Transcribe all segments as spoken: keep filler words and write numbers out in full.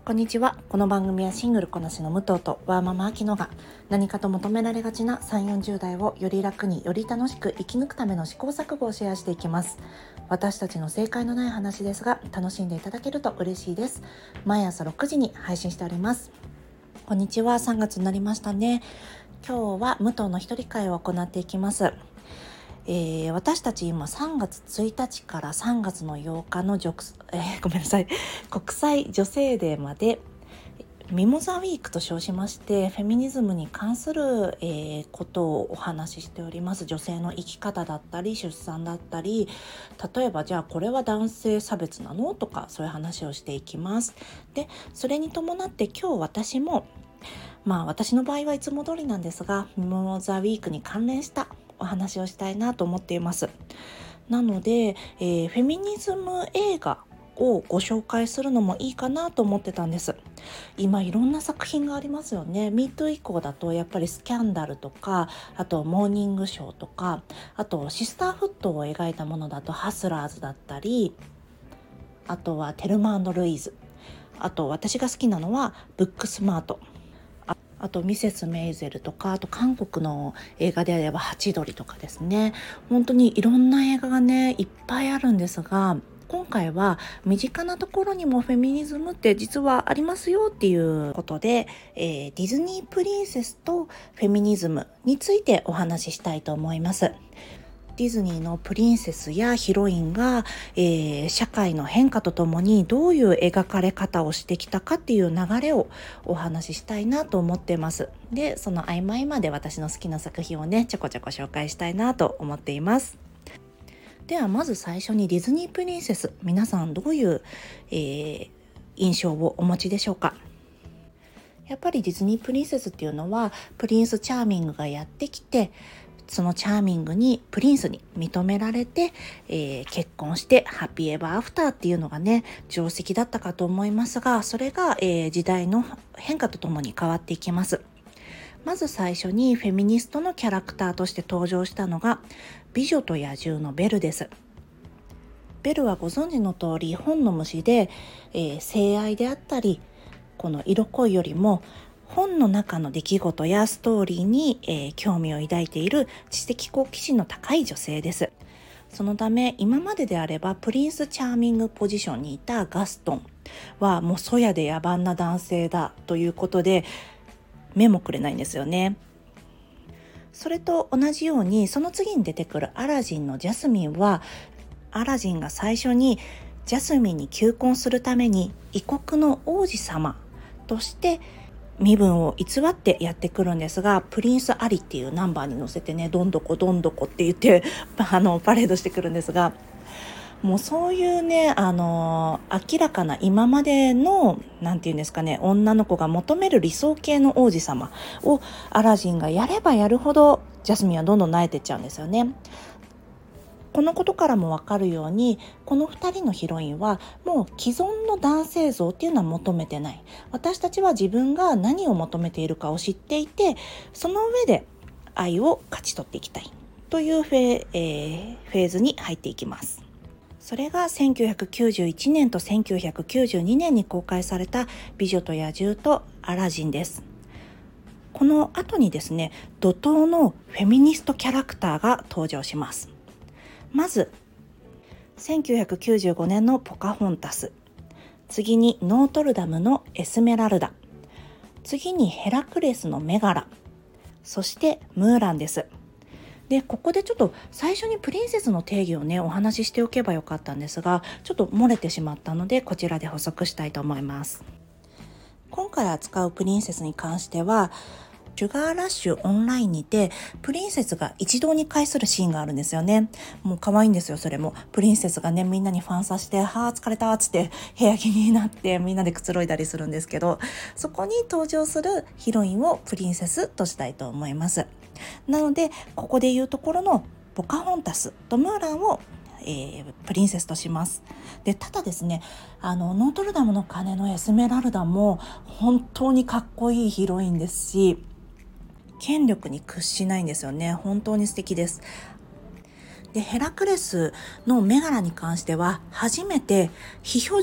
こんにちは。この番組はシングルこなしの武藤とワーママアキノが何かと求められがちなさんじゅう、よんじゅう代をより楽により楽しく生き抜くための試行錯誤をシェアしていきます。私たちの正解のない話ですが楽しんでいただけると嬉しいです。毎朝ろくじに配信しております。こんにちは。さんがつになりましたね。今日は武藤の一人会を行っていきます。えー、私たち今さんがつついたちからさんがつのようかの、えー、ごめんなさい国際女性デーまでミモザウィークと称しましてフェミニズムに関する、えー、ことをお話ししております。女性の生き方だったり出産だったり、例えばじゃあこれは男性差別なのとかそういう話をしていきます。でそれに伴って今日私もまあ私の場合はいつも通りなんですがミモザウィークに関連したお話をしたいなと思っています。なので、えー、フェミニズム映画をご紹介するのもいいかなと思ってたんです。今いろんな作品がありますよね。ミートゥー以降だとやっぱりスキャンダルとか、あとモーニングショーとか、あとシスターフットを描いたものだとハスラーズだったり、あとはテルマ&ルイーズ、あと私が好きなのはブックスマート、あとミセスメイゼルとか、あと韓国の映画であればハチドリとかですね。本当にいろんな映画がねいっぱいあるんですが、今回は身近なところにもフェミニズムって実はありますよっていうことで、えー、ディズニープリンセスとフェミニズムについてお話ししたいと思います。ディズニーのプリンセスやヒロインが、えー、社会の変化とともにどういう描かれ方をしてきたかっていう流れをお話ししたいなと思っています。で、その合間合間で私の好きな作品をねちょこちょこ紹介したいなと思っています。ではまず最初にディズニープリンセス、皆さんどういう、えー、印象をお持ちでしょうか。やっぱりディズニープリンセスっていうのはプリンスチャーミングがやってきて、そのチャーミングにプリンスに認められて、えー、結婚してハッピーエバーアフターっていうのがね定石だったかと思いますが、それが、えー、時代の変化とともに変わっていきます。まず最初にフェミニストのキャラクターとして登場したのが美女と野獣のベルです。ベルはご存知の通り本の虫で、えー、性愛であったりこの色恋よりも本の中の出来事やストーリーに、えー、興味を抱いている知的好奇心の高い女性です。そのため今までであればプリンスチャーミングポジションにいたガストンはもうそやで野蛮な男性だということで目もくれないんですよね。それと同じようにその次に出てくるアラジンのジャスミンは、アラジンが最初にジャスミンに求婚するために異国の王子様として身分を偽ってやってくるんですが、プリンスアリっていうナンバーに乗せてねどんどこどんどこって言ってあのパレードしてくるんですが、もうそういうねあの明らかな今までのなんていうんですかね、女の子が求める理想系の王子様をアラジンがやればやるほどジャスミンはどんどん慣れてっちゃうんですよね。このことからも分かるようにこのふたりのヒロインはもう既存の男性像っていうのは求めてない。私たちは自分が何を求めているかを知っていて、その上で愛を勝ち取っていきたいというフェ、えー、フェーズに入っていきます。それがせんきゅうひゃくきゅうじゅういちねんとせんきゅうひゃくきゅうじゅうにねんに公開された美女と野獣とアラジンです。この後にですね怒涛のフェミニストキャラクターが登場します。まずせんきゅうひゃくきゅうじゅうごねんのポカホンタス、次にノートルダムのエスメラルダ、次にヘラクレスのメガラ、そしてムーランです。でここでちょっと最初にプリンセスの定義をねお話ししておけばよかったんですが、ちょっと漏れてしまったのでこちらで補足したいと思います。今回扱うプリンセスに関してはシュガーラッシュオンラインにてプリンセスが一堂に会するシーンがあるんですよね。もう可愛いんですよ。それもプリンセスがねみんなにファンさしてはあ疲れたっつって部屋着になってみんなでくつろいだりするんですけど、そこに登場するヒロインをプリンセスとしたいと思います。なのでここで言うところのポカホンタスとムーランをえー、プリンセスとします。でただですねあのノートルダムの鐘のエスメラルダも本当にかっこいいヒロインですし権力に屈しないんですよね。本当に素敵です。でヘラクレスのメガラに関しては初めて非表情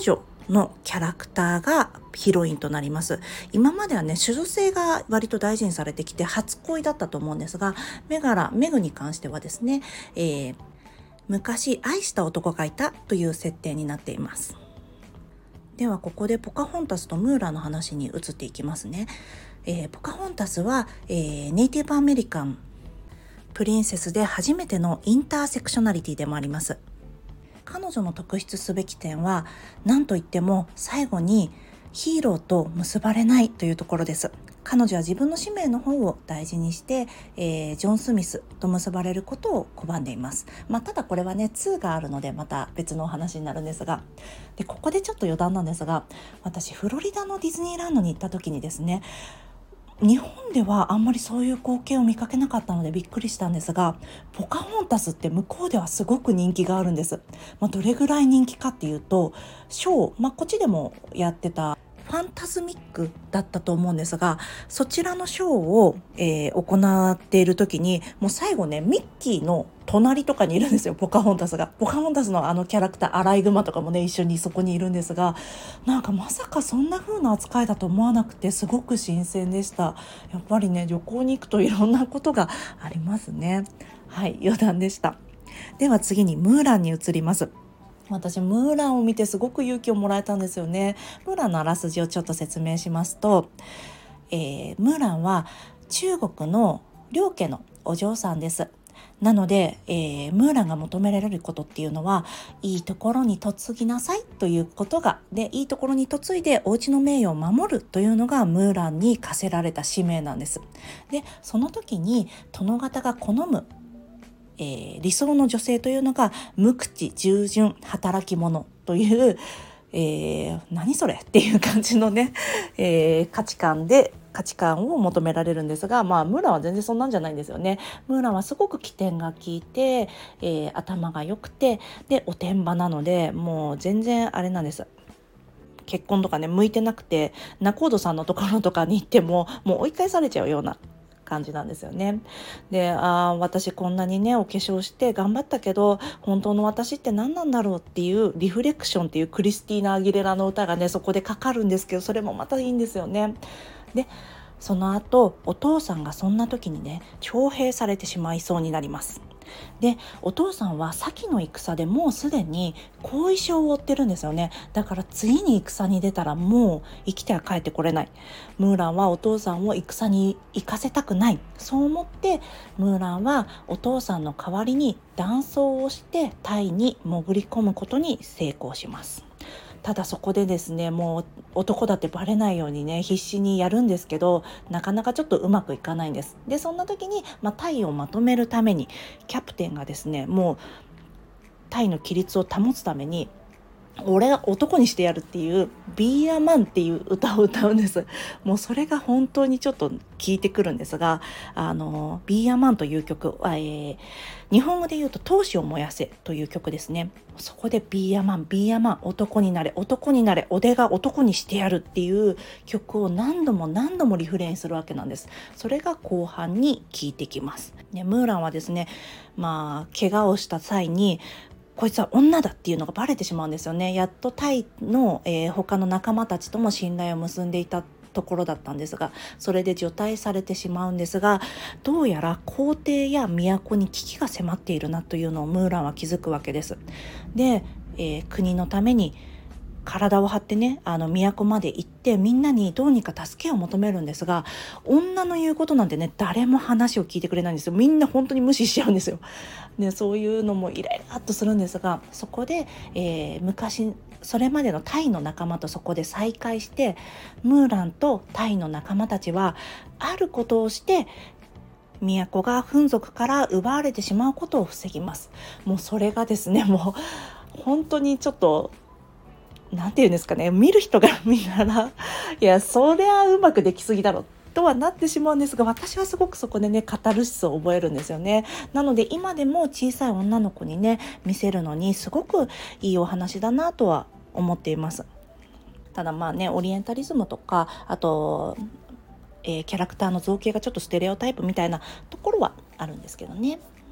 のキャラクターがヒロインとなります。今まではね、主女性が割と大事にされてきて初恋だったと思うんですが、メガラ、メグに関してはですね、えー、昔愛した男がいたという設定になっています。ではここでポカホンタスとムーランの話に移っていきますね。えー、ポカホンタスは、えー、ネイティブアメリカンプリンセスで初めてのインターセクショナリティでもあります。彼女の特筆すべき点は何といっても最後にヒーローと結ばれないというところです。彼女は自分の使命の方を大事にして、えー、ジョン・スミスと結ばれることを拒んでいます。まあ、ただこれはねにがあるのでまた別のお話になるんですが、でここでちょっと余談なんですが、私フロリダのディズニーランドに行った時にですね、日本ではあんまりそういう光景を見かけなかったのでびっくりしたんですが、ポカホンタスって向こうではすごく人気があるんです。まあ、どれぐらい人気かっていうと、ショー、まあ、こっちでもやってたファンタズミックだったと思うんですが、そちらのショーを、えー、行っている時にもう最後ね、ミッキーの隣とかにいるんですよ、ポカホンタスが。ポカホンタスのあのキャラクターアライグマとかもね一緒にそこにいるんですが、なんかまさかそんな風な扱いだと思わなくてすごく新鮮でした。やっぱりね、旅行に行くといろんなことがありますね。はい、余談でした。では次にムーランに移ります。私ムーランを見てすごく勇気をもらえたんですよね。ムーランのあらすじをちょっと説明しますと、えー、ムーランは中国の両家のお嬢さんです。なので、えー、ムーランが求められることっていうのは、いいところに嫁ぎなさいということがで、いいところに嫁いでお家の名誉を守るというのがムーランに課せられた使命なんです。でその時に殿方が好むえー、理想の女性というのが無口従順働き者という、えー、何それっていう感じのね、えー、価値観で価値観を求められるんですが、まあムーランは全然そんなんじゃないんですよね。ムーランはすごく機転が利いて、えー、頭が良くて、でおてんばなので、もう全然あれなんです。結婚とかね向いてなくて、仲人さんのところとかに行ってももう追い返されちゃうような感じなんですよね。で、あー私こんなにねお化粧して頑張ったけど本当の私って何なんだろうっていうリフレクションっていうクリスティーナ・アギレラの歌がねそこでかかるんですけど、それもまたいいんですよね。でその後お父さんがそんな時にね徴兵されてしまいそうになります。でお父さんは先の戦でもうすでに後遺症を負ってるんですよね。だから次に戦に出たらもう生きては帰ってこれない。ムーランはお父さんを戦に行かせたくない。そう思ってムーランはお父さんの代わりに断層をしてタイに潜り込むことに成功します。ただそこでですね、もう男だってバレないようにね必死にやるんですけど、なかなかちょっとうまくいかないんです。でそんな時に、まあ、タイをまとめるためにキャプテンがですね、もうタイの規律を保つために俺が男にしてやるっていうビーアマンっていう歌を歌うんです。もうそれが本当にちょっと効いてくるんですが、あのビーアマンという曲は、えー、日本語で言うと闘志を燃やせという曲ですね。そこでビーアマンビーアマン男になれ男になれ俺が男にしてやるっていう曲を何度も何度もリフレインするわけなんです。それが後半に効いてきます。ね、ムーランはですね、まあ怪我をした際にこいつは女だっていうのがバレてしまうんですよね。やっとタイの、えー、他の仲間たちとも信頼を結んでいたところだったんですが、それで除隊されてしまうんですが、どうやら皇帝や都に危機が迫っているなというのをムーランは気づくわけです。で、えー、国のために体を張ってね、あの都まで行ってみんなにどうにか助けを求めるんですが、女の言うことなんてね誰も話を聞いてくれないんですよ。みんな本当に無視しちゃうんですよ。でそういうのもイライラっとするんですが、そこで、えー、昔それまでのタイの仲間とそこで再会して、ムーランとタイの仲間たちはあることをして都がフン族から奪われてしまうことを防ぎます。もうそれがですね、もう本当にちょっとなんていうんですかね、見る人が見たらいやそりゃうまくできすぎだろとはなってしまうんですが、私はすごくそこでねカタルシスを覚えるんですよね。なので今でも小さい女の子にね見せるのにすごくいいお話だなとは思っています。ただまあね、オリエンタリズムとかあと、えー、キャラクターの造形がちょっとステレオタイプみたいなところはあるんですけどね。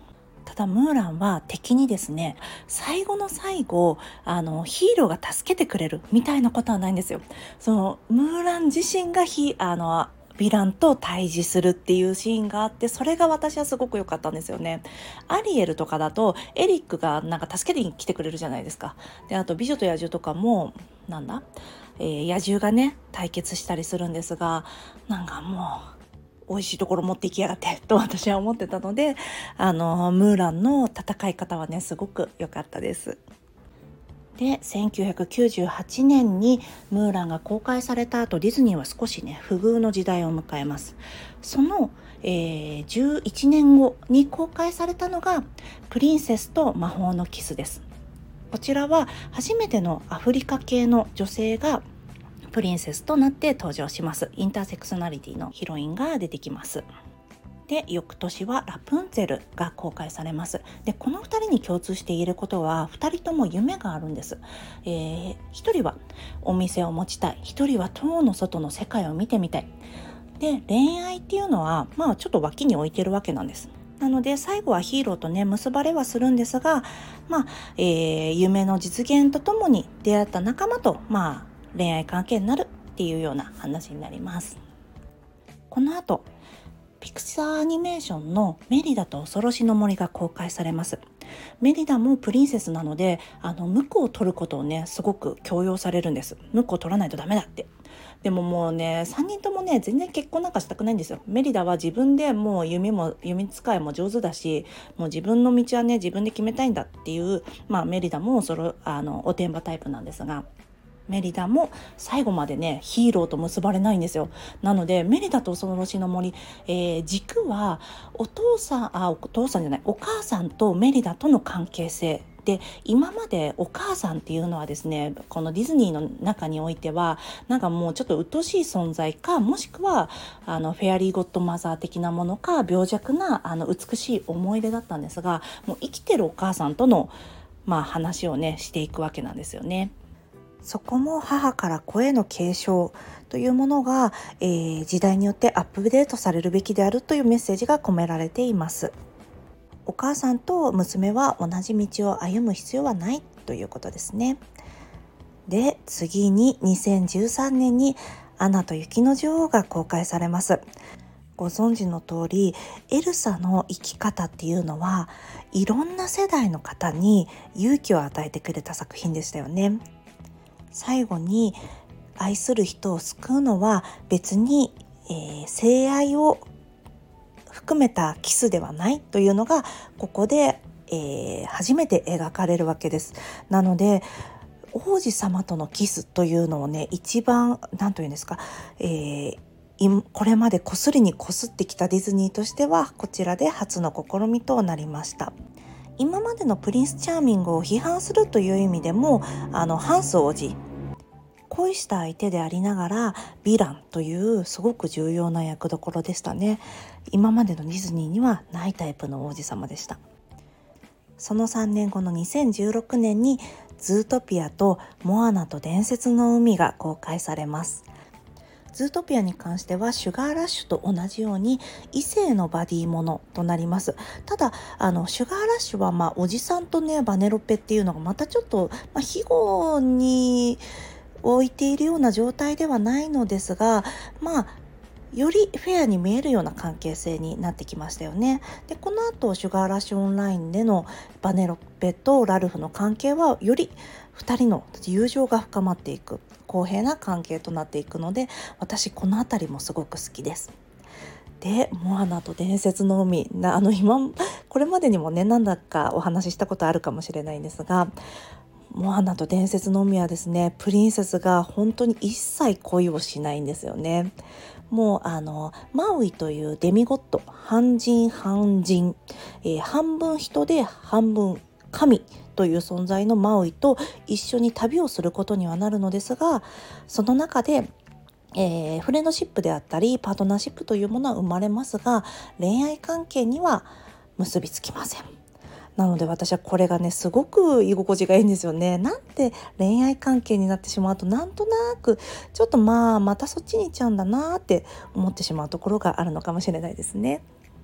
ただムーランは敵にですね、最後の最後あのヒーローが助けてくれるみたいなことはないんですよ。そのムーラン自身がヒあのヴィランと対峙するっていうシーンがあって、それが私はすごく良かったんですよね。アリエルとかだとエリックがなんか助けに来てくれるじゃないですか。であと美女と野獣とかもなんだ、えー、野獣がね対決したりするんですが、なんかもう美味しいところ持っていきやがってと私は思ってたので、あのムーランの戦い方はねすごく良かったです。でせんきゅうひゃくきゅうじゅうはちねんにムーランが公開された後、ディズニーは少しね不遇の時代を迎えます。その、えー、じゅういちねんごに公開されたのがプリンセスと魔法のキスです。こちらは初めてのアフリカ系の女性がプリンセスとなって登場します。インターセクショナリティのヒロインが出てきます。で翌年はラプンツェルが公開されます。でこのふたりに共通して言えることは、ふたりとも夢があるんです。えー、ひとりはお店を持ちたい、ひとりは塔の外の世界を見てみたい。で恋愛っていうのはまあちょっと脇に置いてるわけなんです。なので最後はヒーローとね結ばれはするんですが、まあ、えー、夢の実現とともに出会った仲間とまあ恋愛関係になるっていうような話になります。この後ピクサーアニメーションのメリダと恐ろしの森が公開されます。メリダもプリンセスなので、あの婿を取ることをねすごく強要されるんです。婿を取らないとダメだって。でももうねさんにんともね全然結婚なんかしたくないんですよ。メリダは自分でもう弓も弓使いも上手だし、もう自分の道はね自分で決めたいんだっていう、まあメリダもそのあのおてんばタイプなんですが、メリダも最後までねヒーローと結ばれないんですよ。なのでメリダと恐ろしの森、えー、軸はお父さんあお父さんじゃないお母さんとメリダとの関係性で、今までお母さんっていうのはですね、このディズニーの中においてはなんかもうちょっと鬱陶しい存在か、もしくはあのフェアリーゴッドマザー的なものか、病弱なあの美しい思い出だったんですが、もう生きてるお母さんとのまあ話をねしていくわけなんですよね。そこも母から子への継承というものが、えー、時代によってアップデートされるべきであるというメッセージが込められています。お母さんと娘は同じ道を歩む必要はないということですね。で次ににせんじゅうさんねんにアナと雪の女王が公開されます。ご存知の通りエルサの生き方っていうのはいろんな世代の方に勇気を与えてくれた作品でしたよね。最後に愛する人を救うのは別に、えー、性愛を含めたキスではないというのがここで、えー、初めて描かれるわけです。なので王子様とのキスというのをね一番何というんですか、えー、これまでこすりにこすってきたディズニーとしてはこちらで初の試みとなりました。今までのプリンスチャーミングを批判するという意味でもあのハンス王子、恋した相手でありながらヴィランというすごく重要な役どころでしたね。今までのディズニーにはないタイプの王子様でした。そのさんねんごのにせんじゅうろくねんにズートピアとモアナと伝説の海が公開されます。ズートピアに関してはシュガーラッシュと同じように異性のバディものとなります。ただあのシュガーラッシュはまあおじさんとねバネロペっていうのがまたちょっと、まあ、庇護に置いているような状態ではないのですが、まあよりフェアに見えるような関係性になってきましたよね。でこの後シュガーラッシュオンラインでのバネロペとラルフの関係はよりふたりの友情が深まっていく公平な関係となっていくので、私このあたりもすごく好きです。でモアナと伝説の海なあの今これまでにもね何だかお話ししたことあるかもしれないんですが、モアナと伝説の海はですねプリンセスが本当に一切恋をしないんですよね。もうあのマウイというデミゴッド、半人半人、えー、半分人で半分神という存在のマウイと一緒に旅をすることにはなるのですが、その中でえー、フレンドシップであったりパートナーシップというものは生まれますが、恋愛関係には結びつきません。なので私はこれがねすごく居心地がいいんですよね。なんて恋愛関係になってしまうとなんとなくちょっとまあまたそっちに行っちゃうんだなって思ってしまうところがあるのかもしれないですね。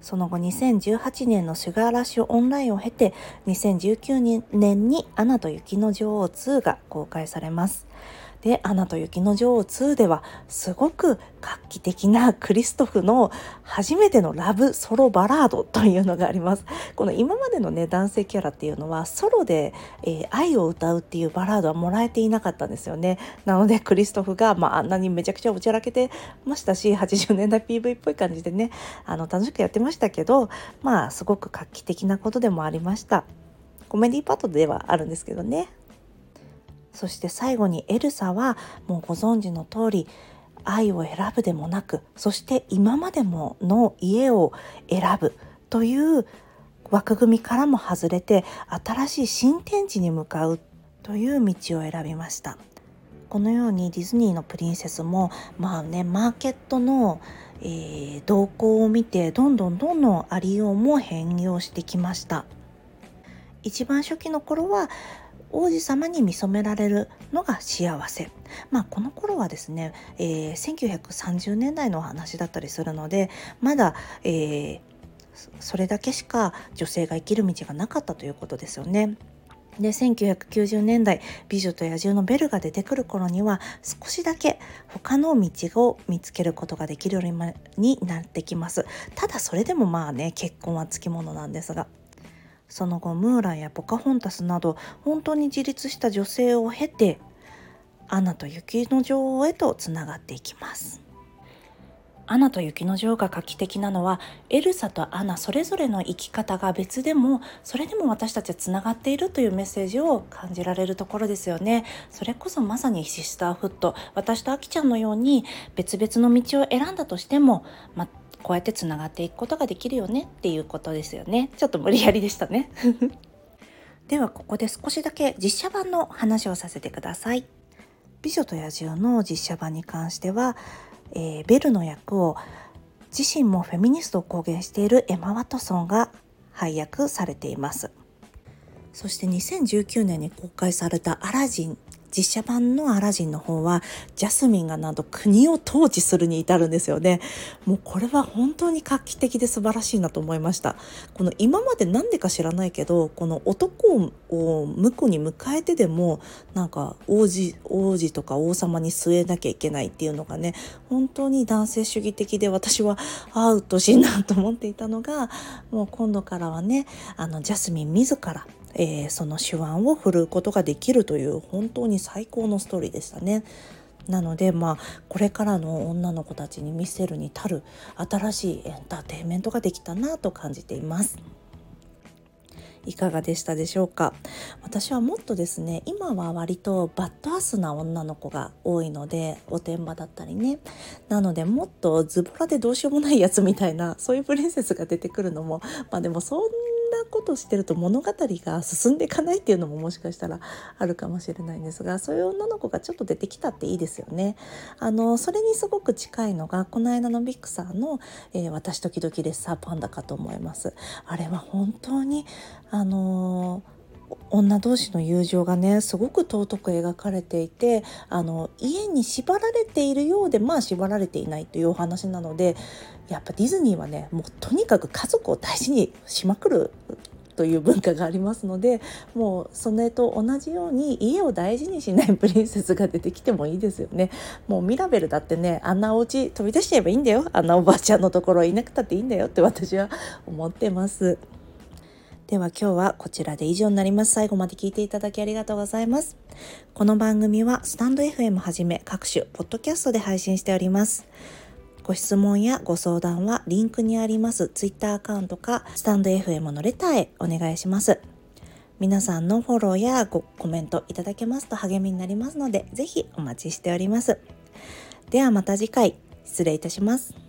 その後にせんじゅうはちねんのシュガーラッシュオンラインを経てにせんじゅうきゅうねんにアナと雪の女王ツーが公開されます。で、アナと雪の女王ツーではすごく画期的なクリストフの初めてのラブソロバラードというのがあります。この今までのね男性キャラっていうのはソロで、えー、愛を歌うっていうバラードはもらえていなかったんですよね。なのでクリストフが、まあ、あんなにめちゃくちゃおちゃらけてましたし、はちじゅうねんだい ピーブイ っぽい感じでねあの楽しくやってましたけど、まあすごく画期的なことでもありました。コメディパートではあるんですけどね。そして最後にエルサはもうご存知の通り愛を選ぶでもなく、そして今までもの家を選ぶという枠組みからも外れて新しい新天地に向かうという道を選びました。このようにディズニーのプリンセスもまあねマーケットの、えー、動向を見てどんどんどんどんありようも変容してきました。一番初期の頃は王子様に見初められるのが幸せ。まあこの頃はですね、えー、せんきゅうひゃくさんじゅうねんだいの話だったりするので、まだ、えー、それだけしか女性が生きる道がなかったということですよね。でせんきゅうひゃくきゅうじゅうねんだい美女と野獣のベルが出てくる頃には少しだけ他の道を見つけることができるようになってきます。ただそれでもまあね結婚はつきものなんですが、その後ムーランやポカホンタスなど本当に自立した女性を経てアナと雪の女王へとつながっていきます。アナと雪の女王が画期的なのはエルサとアナそれぞれの生き方が別でもそれでも私たちはつながっているというメッセージを感じられるところですよね。それこそまさにシスターフット、私とアキちゃんのように別々の道を選んだとしても、まこうやってつながっていくことができるよねっていうことですよね。ちょっと無理やりでしたねではここで少しだけ実写版の話をさせてください。美女と野獣の実写版に関しては、えー、ベルの役を自身もフェミニストを公言しているエマ・ワトソンが配役されています。そしてにせんじゅうきゅうねんに公開されたアラジン、実写版のアラジンの方はジャスミンがなんと国を統治するに至るんですよね。もうこれは本当に画期的で素晴らしいなと思いました。この今までなんでか知らないけどこの男を婿に迎えてでもなんか王子王子とか王様に据えなきゃいけないっていうのがね本当に男性主義的で、私はああ鬱陶しいなと思っていたのが、もう今度からはねあのジャスミン自らえー、その手腕を振るうことができるという本当に最高のストーリーでしたね。なのでまあこれからの女の子たちに見せるに足る新しいエンターテインメントができたなと感じています。いかがでしたでしょうか。私はもっとですね今は割とバッドアスな女の子が多いので、おてんばだったりね、なのでもっとズボラでどうしようもないやつみたいなそういうプリンセスが出てくるのもまあでもそんなことしてると物語が進んでいかないっていうのももしかしたらあるかもしれないんですが、そういう女の子がちょっと出てきたっていいですよね。あのそれにすごく近いのがこの間のビクサーの、えー、私時々レッサーパンダかと思います。あれは本当にあの女同士の友情がねすごく尊く描かれていて、あの家に縛られているようでまあ縛られていないというお話なので、やっぱディズニーはねもうとにかく家族を大事にしまくるという文化がありますので、もうそれと同じように家を大事にしないプリンセスが出てきてもいいですよね。もうミラベルだってねあんなお家飛び出しちゃえばいいんだよ、あんなおばあちゃんのところいなくたっていいんだよって私は思ってます。では今日はこちらで以上になります。最後まで聞いていただきありがとうございます。この番組はスタンド エフエム はじめ各種ポッドキャストで配信しております。ご質問やご相談はリンクにありますツイッターアカウントかスタンド エフエム のレターへお願いします。皆さんのフォローやごコメントいただけますと励みになりますので、ぜひお待ちしております。ではまた次回失礼いたします。